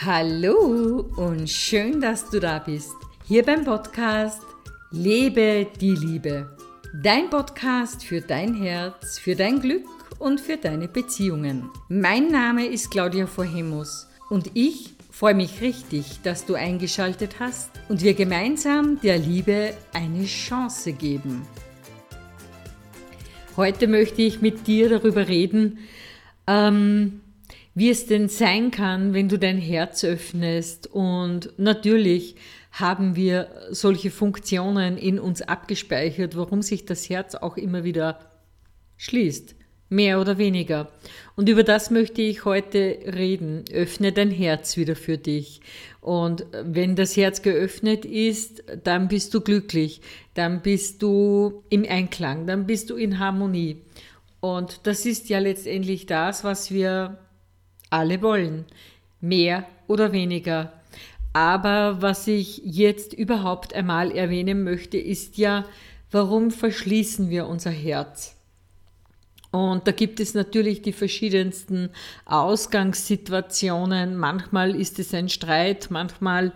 Hallo und schön, dass du da bist. Hier beim Podcast Lebe die Liebe. Dein Podcast für dein Herz, für dein Glück und für deine Beziehungen. Mein Name ist Claudia Vorhemus und ich freue mich richtig, dass du eingeschaltet hast und wir gemeinsam der Liebe eine Chance geben. Heute möchte ich mit dir darüber reden, wie es denn sein kann, wenn du dein Herz öffnest. Und natürlich haben wir solche Funktionen in uns abgespeichert, warum sich das Herz auch immer wieder schließt, mehr oder weniger. Und über das möchte ich heute reden. Öffne dein Herz wieder für dich. Und wenn das Herz geöffnet ist, dann bist du glücklich, dann bist du im Einklang, dann bist du in Harmonie. Und das ist ja letztendlich das, was wir alle wollen, mehr oder weniger. Aber was ich jetzt überhaupt einmal erwähnen möchte, ist ja, warum verschließen wir unser Herz? Und da gibt es natürlich die verschiedensten Ausgangssituationen. Manchmal ist es ein Streit, manchmal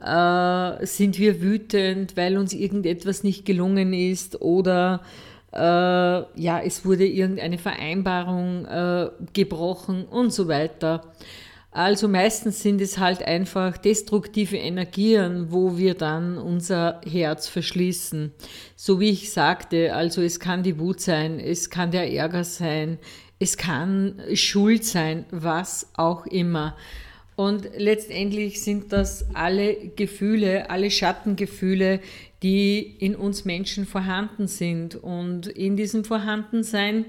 sind wir wütend, weil uns irgendetwas nicht gelungen ist oder es wurde irgendeine Vereinbarung gebrochen und so weiter. Also meistens sind es halt einfach destruktive Energien, wo wir dann unser Herz verschließen. So wie ich sagte, also es kann die Wut sein, es kann der Ärger sein, es kann Schuld sein, was auch immer. Und letztendlich sind das alle Gefühle, alle Schattengefühle, die in uns Menschen vorhanden sind. Und in diesem Vorhandensein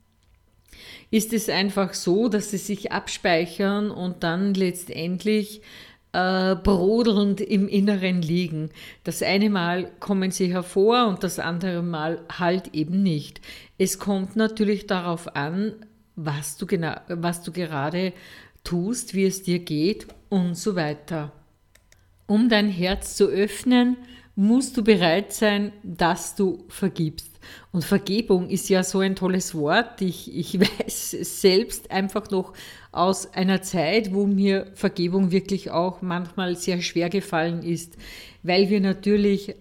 ist es einfach so, dass sie sich abspeichern und dann letztendlich brodelnd im Inneren liegen. Das eine Mal kommen sie hervor und das andere Mal halt eben nicht. Es kommt natürlich darauf an, was du gerade tust, wie es dir geht und so weiter. Um dein Herz zu öffnen, musst du bereit sein, dass du vergibst. Und Vergebung ist ja so ein tolles Wort. Ich weiß selbst einfach noch aus einer Zeit, wo mir Vergebung wirklich auch manchmal sehr schwer gefallen ist, weil wir natürlich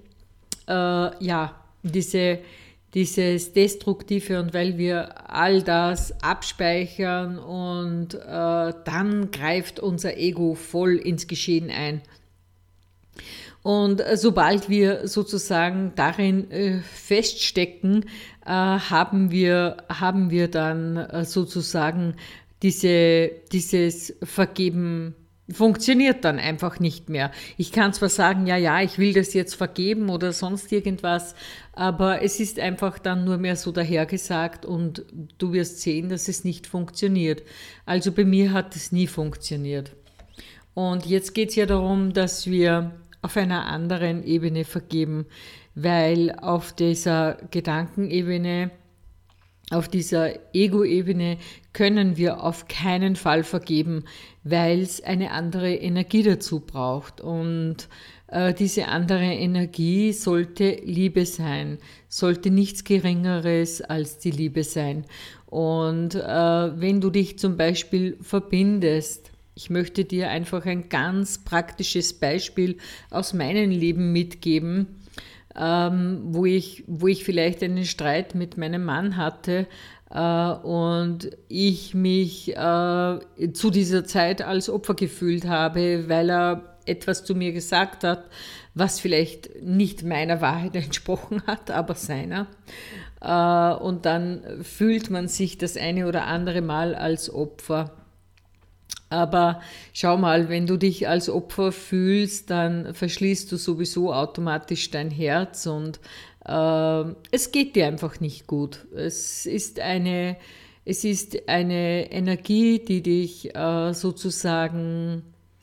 dieses Destruktive und weil wir all das abspeichern und dann greift unser Ego voll ins Geschehen ein. Und sobald wir sozusagen darin feststecken, haben wir dann sozusagen dieses Vergeben funktioniert dann einfach nicht mehr. Ich kann zwar sagen, ja, ich will das jetzt vergeben oder sonst irgendwas, aber es ist einfach dann nur mehr so dahergesagt und du wirst sehen, dass es nicht funktioniert. Also bei mir hat es nie funktioniert. Und jetzt geht es ja darum, dass wir auf einer anderen Ebene vergeben, weil auf dieser Gedankenebene, auf dieser Ego-Ebene können wir auf keinen Fall vergeben, weil es eine andere Energie dazu braucht. Und diese andere Energie sollte Liebe sein, sollte nichts Geringeres als die Liebe sein. Und wenn du dich zum Beispiel verbindest, ich möchte dir einfach ein ganz praktisches Beispiel aus meinem Leben mitgeben, wo ich vielleicht einen Streit mit meinem Mann hatte und ich mich zu dieser Zeit als Opfer gefühlt habe, weil er etwas zu mir gesagt hat, was vielleicht nicht meiner Wahrheit entsprochen hat, aber seiner. Und dann fühlt man sich das eine oder andere Mal als Opfer. Aber schau mal, wenn du dich als Opfer fühlst, dann verschließt du sowieso automatisch dein Herz und es geht dir einfach nicht gut. Es ist eine Energie, die dich sozusagen,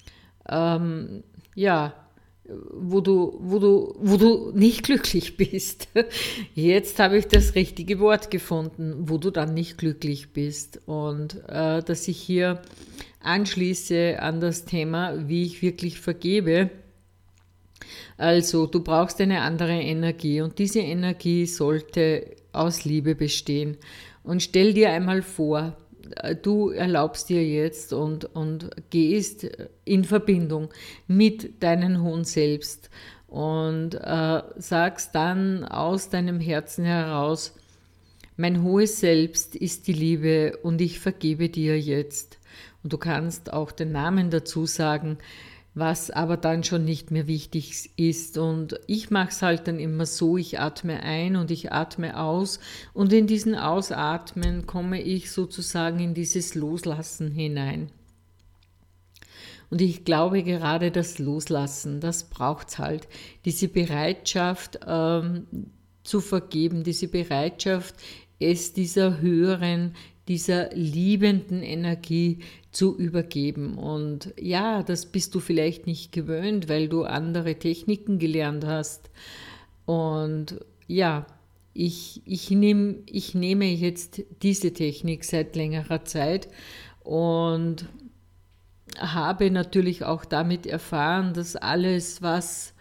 wo du nicht glücklich bist. Jetzt habe ich das richtige Wort gefunden, wo du dann nicht glücklich bist. Und dass ich hier anschließe an das Thema, wie ich wirklich vergebe. Also, du brauchst eine andere Energie und diese Energie sollte aus Liebe bestehen. Und stell dir einmal vor, du erlaubst dir jetzt und gehst in Verbindung mit deinem hohen Selbst und sagst dann aus deinem Herzen heraus: Mein hohes Selbst ist die Liebe und ich vergebe dir jetzt. Und du kannst auch den Namen dazu sagen, was aber dann schon nicht mehr wichtig ist. Und ich mache es halt dann immer so, ich atme ein und ich atme aus. Und in diesen Ausatmen komme ich sozusagen in dieses Loslassen hinein. Und ich glaube, gerade das Loslassen, das braucht es halt. Diese Bereitschaft zu vergeben, diese Bereitschaft, es dieser höheren, dieser liebenden Energie zu übergeben. Und ja, das bist du vielleicht nicht gewöhnt, weil du andere Techniken gelernt hast. Und ja, ich nehme jetzt diese Technik seit längerer Zeit und habe natürlich auch damit erfahren, dass alles, was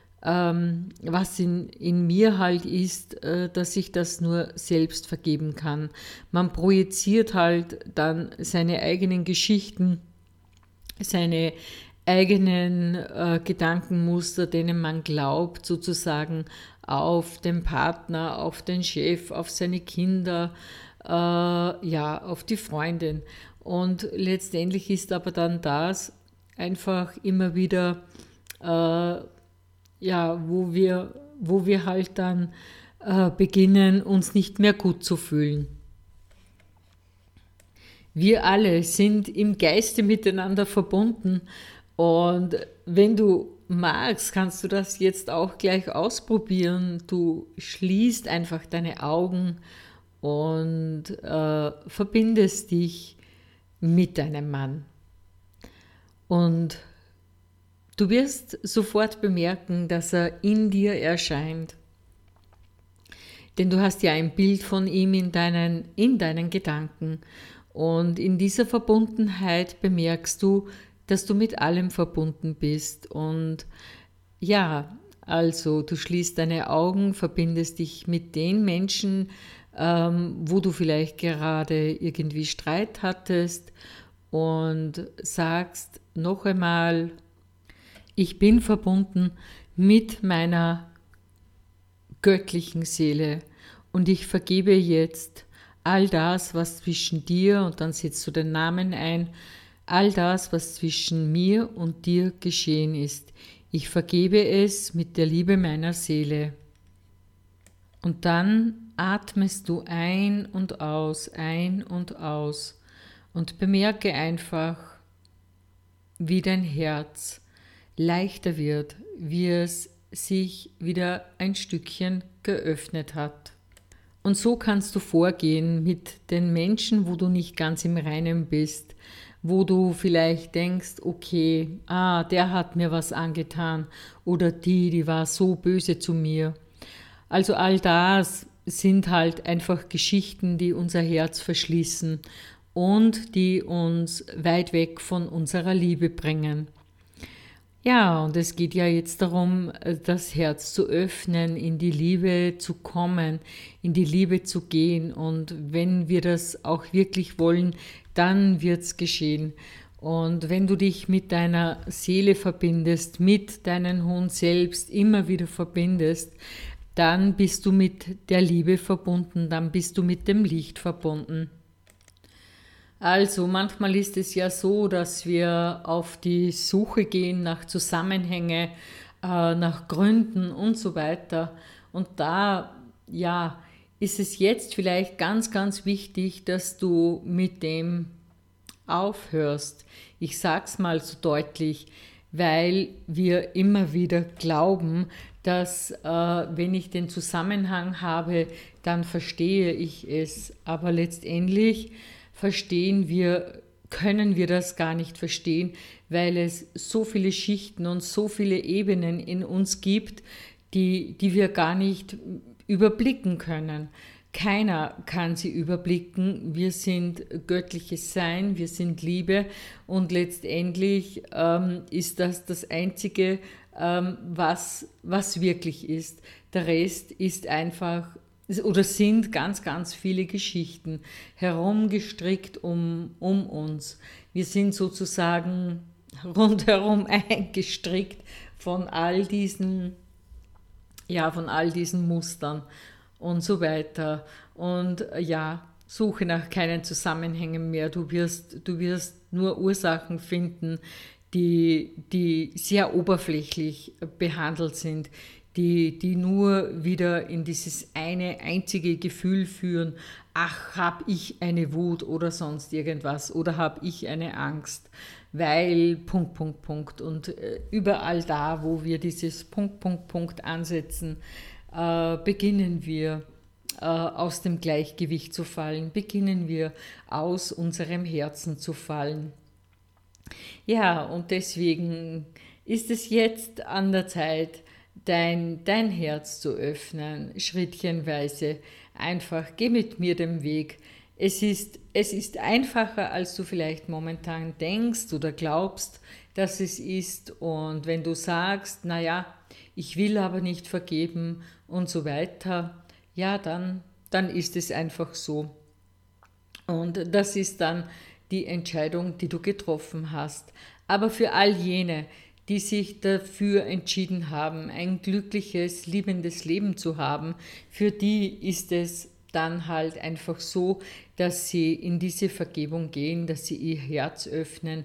in mir halt ist, dass ich das nur selbst vergeben kann. Man projiziert halt dann seine eigenen Geschichten, seine eigenen Gedankenmuster, denen man glaubt, sozusagen auf den Partner, auf den Chef, auf seine Kinder, auf die Freundin. Und letztendlich ist aber dann das einfach immer wieder wo wir halt dann beginnen, uns nicht mehr gut zu fühlen. Wir alle sind im Geiste miteinander verbunden und wenn du magst, kannst du das jetzt auch gleich ausprobieren. Du schließt einfach deine Augen und verbindest dich mit deinem Mann. Und du wirst sofort bemerken, dass er in dir erscheint. Denn du hast ja ein Bild von ihm in deinen Gedanken. Und in dieser Verbundenheit bemerkst du, dass du mit allem verbunden bist. Und ja, also du schließt deine Augen, verbindest dich mit den Menschen, wo du vielleicht gerade irgendwie Streit hattest und sagst noch einmal: Ich bin verbunden mit meiner göttlichen Seele und ich vergebe jetzt all das, was zwischen dir, und dann setzt du den Namen ein, all das, was zwischen mir und dir geschehen ist. Ich vergebe es mit der Liebe meiner Seele. Und dann atmest du ein und aus und bemerke einfach, wie dein Herz leichter wird, wie es sich wieder ein Stückchen geöffnet hat. Und so kannst du vorgehen mit den Menschen, wo du nicht ganz im Reinen bist, wo du vielleicht denkst, okay, der hat mir was angetan oder die war so böse zu mir. Also all das sind halt einfach Geschichten, die unser Herz verschließen und die uns weit weg von unserer Liebe bringen. Ja, und es geht ja jetzt darum, das Herz zu öffnen, in die Liebe zu kommen, in die Liebe zu gehen. Und wenn wir das auch wirklich wollen, dann wird es geschehen. Und wenn du dich mit deiner Seele verbindest, mit deinem hohen Selbst immer wieder verbindest, dann bist du mit der Liebe verbunden, dann bist du mit dem Licht verbunden. Also manchmal ist es ja so, dass wir auf die Suche gehen nach Zusammenhänge, nach Gründen und so weiter. Und da, ist es jetzt vielleicht ganz, ganz wichtig, dass du mit dem aufhörst. Ich sag's mal so deutlich, weil wir immer wieder glauben, dass wenn ich den Zusammenhang habe, dann verstehe ich es. Aber letztendlich können wir das gar nicht verstehen, weil es so viele Schichten und so viele Ebenen in uns gibt, die wir gar nicht überblicken können. Keiner kann sie überblicken. Wir sind göttliches Sein, wir sind Liebe und letztendlich ist das Einzige, was wirklich ist. Der Rest ist einfach oder sind ganz, ganz viele Geschichten herumgestrickt um uns. Wir sind sozusagen rundherum eingestrickt von all diesen, ja, von all diesen Mustern und so weiter. Und ja, suche nach keinen Zusammenhängen mehr. Du wirst nur Ursachen finden, die sehr oberflächlich behandelt sind, die nur wieder in dieses eine einzige Gefühl führen, ach, habe ich eine Wut oder sonst irgendwas oder habe ich eine Angst, weil Punkt, Punkt, Punkt. Und überall da, wo wir dieses Punkt, Punkt, Punkt ansetzen, beginnen wir aus dem Gleichgewicht zu fallen, beginnen wir aus unserem Herzen zu fallen. Ja, und deswegen ist es jetzt an der Zeit, dein Herz zu öffnen, schrittchenweise. Einfach geh mit mir den Weg. Es ist einfacher, als du vielleicht momentan denkst oder glaubst, dass es ist. Und wenn du sagst, naja, ich will aber nicht vergeben und so weiter, ja, dann ist es einfach so. Und das ist dann die Entscheidung, die du getroffen hast. Aber für all jene, die sich dafür entschieden haben, ein glückliches, liebendes Leben zu haben, für die ist es dann halt einfach so, dass sie in diese Vergebung gehen, dass sie ihr Herz öffnen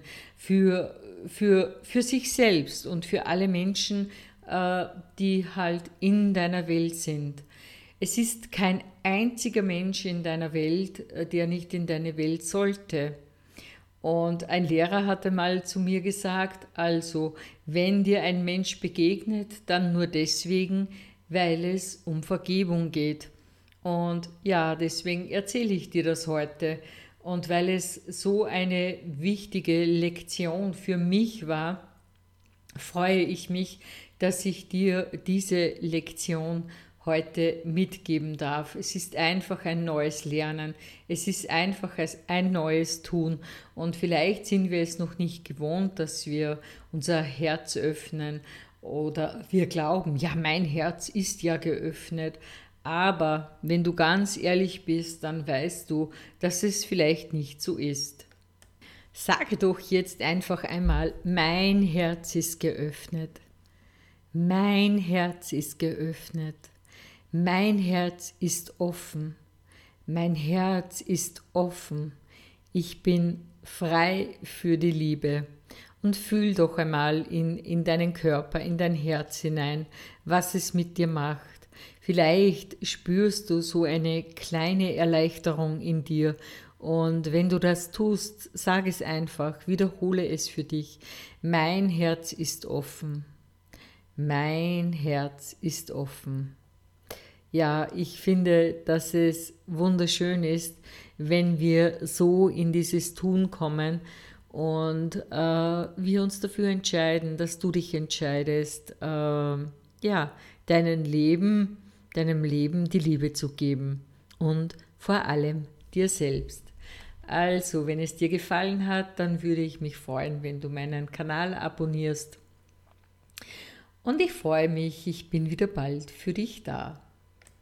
für sich selbst und für alle Menschen, die halt in deiner Welt sind. Es ist kein einziger Mensch in deiner Welt, der nicht in deine Welt sollte. Und ein Lehrer hatte mal zu mir gesagt, also wenn dir ein Mensch begegnet, dann nur deswegen, weil es um Vergebung geht. Und ja, deswegen erzähle ich dir das heute. Und weil es so eine wichtige Lektion für mich war, freue ich mich, dass ich dir diese Lektion heute mitgeben darf. Es ist einfach ein neues Lernen. Es ist einfach ein neues Tun. Und vielleicht sind wir es noch nicht gewohnt, dass wir unser Herz öffnen oder wir glauben, ja, mein Herz ist ja geöffnet. Aber wenn du ganz ehrlich bist, dann weißt du, dass es vielleicht nicht so ist. Sage doch jetzt einfach einmal, mein Herz ist geöffnet. Mein Herz ist geöffnet. Mein Herz ist offen. Mein Herz ist offen. Ich bin frei für die Liebe. Und fühl doch einmal in deinen Körper, in dein Herz hinein, was es mit dir macht. Vielleicht spürst du so eine kleine Erleichterung in dir. Und wenn du das tust, sag es einfach, wiederhole es für dich. Mein Herz ist offen. Mein Herz ist offen. Ja, ich finde, dass es wunderschön ist, wenn wir so in dieses Tun kommen und wir uns dafür entscheiden, dass du dich entscheidest, ja, deinem Leben die Liebe zu geben und vor allem dir selbst. Also, wenn es dir gefallen hat, dann würde ich mich freuen, wenn du meinen Kanal abonnierst. Und ich freue mich, ich bin wieder bald für dich da.